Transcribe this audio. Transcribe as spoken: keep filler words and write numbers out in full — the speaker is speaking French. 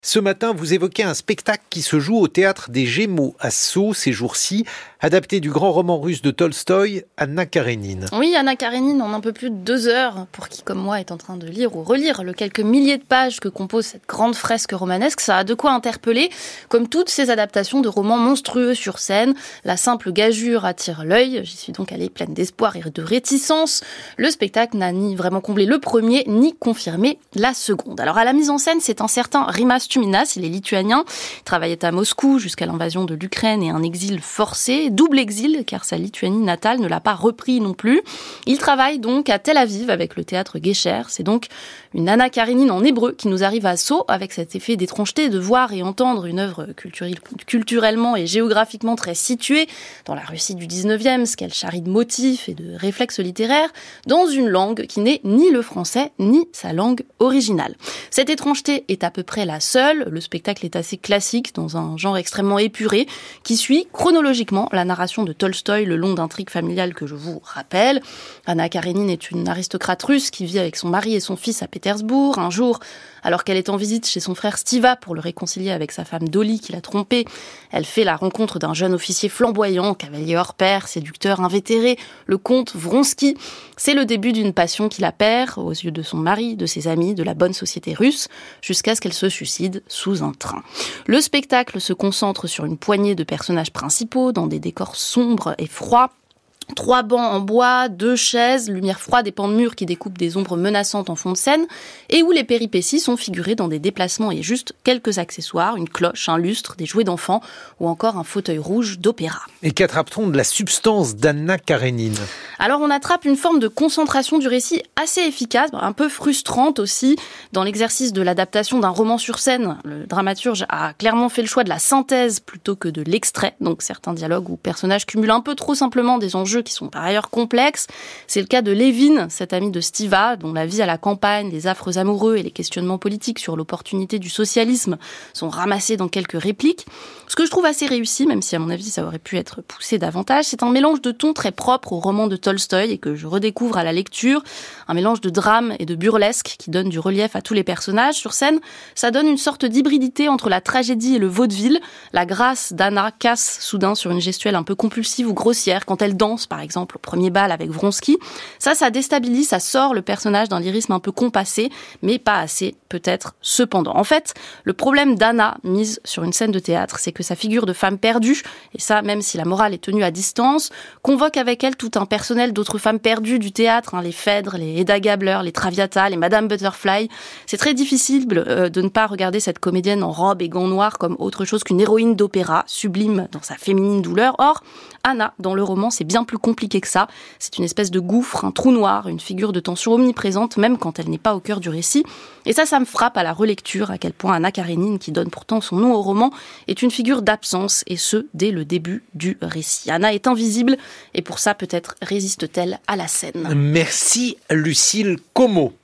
Ce matin, vous évoquez un spectacle qui se joue au Théâtre des Gémeaux à Sceaux ces jours-ci, adapté du grand roman russe de Tolstoï, Anna Karénine. Oui, Anna Karénine en un peu plus de deux heures, pour qui, comme moi, est en train de lire ou relire le quelques milliers de pages que compose cette grande fresque romanesque, ça a de quoi interpeller. Comme toutes ces adaptations de romans monstrueux sur scène, la simple gageure attire l'œil. J'y suis donc allée pleine d'espoir et de réticence. Le spectacle n'a ni vraiment comblé le premier, ni confirmé la seconde. Alors à la mise en scène, c'est un certain Rimas Tuminas, il est lituanien, il travaillait à Moscou jusqu'à l'invasion de l'Ukraine et un exil forcé, double exil car sa Lituanie natale ne l'a pas repris non plus. Il travaille donc à Tel Aviv avec le théâtre Gesher, c'est donc une Anna Karénine en hébreu qui nous arrive à Sceaux avec cet effet d'étrangeté de voir et entendre une œuvre culturellement et géographiquement très située dans la Russie du dix-neuvième, ce qu'elle charrie de motifs et de réflexes littéraires, dans une langue qui n'est ni le français ni sa langue originale. Cette étrangeté est à peu près la seule. Le spectacle est assez classique dans un genre extrêmement épuré qui suit chronologiquement la narration de Tolstoï le long d'intrigues familiales que je vous rappelle. Anna Karénine est une aristocrate russe qui vit avec son mari et son fils à Pétersbourg. Un jour, alors qu'elle est en visite chez son frère Stiva pour le réconcilier avec sa femme Dolly qui l'a trompée, elle fait la rencontre d'un jeune officier flamboyant, cavalier hors pair, séducteur invétéré, le comte Vronsky. C'est le début d'une passion qui la perd aux yeux de son mari, de ses amis, de la bonne société russe, jusqu'à ce qu'elle se suicide sous un train. Le spectacle se concentre sur une poignée de personnages principaux dans des décors sombres et froids. Trois bancs en bois, deux chaises, lumière froide et pans de murs qui découpent des ombres menaçantes en fond de scène, et où les péripéties sont figurées dans des déplacements et juste quelques accessoires, une cloche, un lustre, des jouets d'enfants, ou encore un fauteuil rouge d'opéra. Et qu'attrape-t-on de la substance d'Anna Karénine ? Alors on attrape une forme de concentration du récit assez efficace, un peu frustrante aussi, dans l'exercice de l'adaptation d'un roman sur scène. Le dramaturge a clairement fait le choix de la synthèse plutôt que de l'extrait, donc certains dialogues ou personnages cumulent un peu trop simplement des enjeux qui sont par ailleurs complexes. C'est le cas de Levin, cet ami de Stiva, dont la vie à la campagne, les affres amoureux et les questionnements politiques sur l'opportunité du socialisme sont ramassés dans quelques répliques. Ce que je trouve assez réussi, même si à mon avis ça aurait pu être poussé davantage, c'est un mélange de tons très propre au roman de Tolstoï et que je redécouvre à la lecture, un mélange de drame et de burlesque qui donne du relief à tous les personnages. Sur scène, ça donne une sorte d'hybridité entre la tragédie et le vaudeville. La grâce d'Anna casse soudain sur une gestuelle un peu compulsive ou grossière quand elle danse, par exemple, au premier bal avec Vronsky. Ça, ça déstabilise, ça sort le personnage d'un lyrisme un peu compassé, mais pas assez, peut-être, cependant. En fait, le problème d'Anna, mise sur une scène de théâtre, c'est que sa figure de femme perdue, et ça, même si la morale est tenue à distance, convoque avec elle tout un personnel d'autres femmes perdues du théâtre, hein, les Phèdre, les Hedda Gabler, les Traviata, les Madame Butterfly. C'est très difficile euh, de ne pas regarder cette comédienne en robe et gants noirs comme autre chose qu'une héroïne d'opéra, sublime dans sa féminine douleur. Or, Anna, dans le roman, c'est bien plus compliqué que ça. C'est une espèce de gouffre, un trou noir, une figure de tension omniprésente, même quand elle n'est pas au cœur du récit. Et ça, ça me frappe à la relecture, à quel point Anna Karénine, qui donne pourtant son nom au roman, est une figure d'absence, et ce, dès le début du récit. Anna est invisible, et pour ça, peut-être résiste-t-elle à la scène. Merci Lucille Como.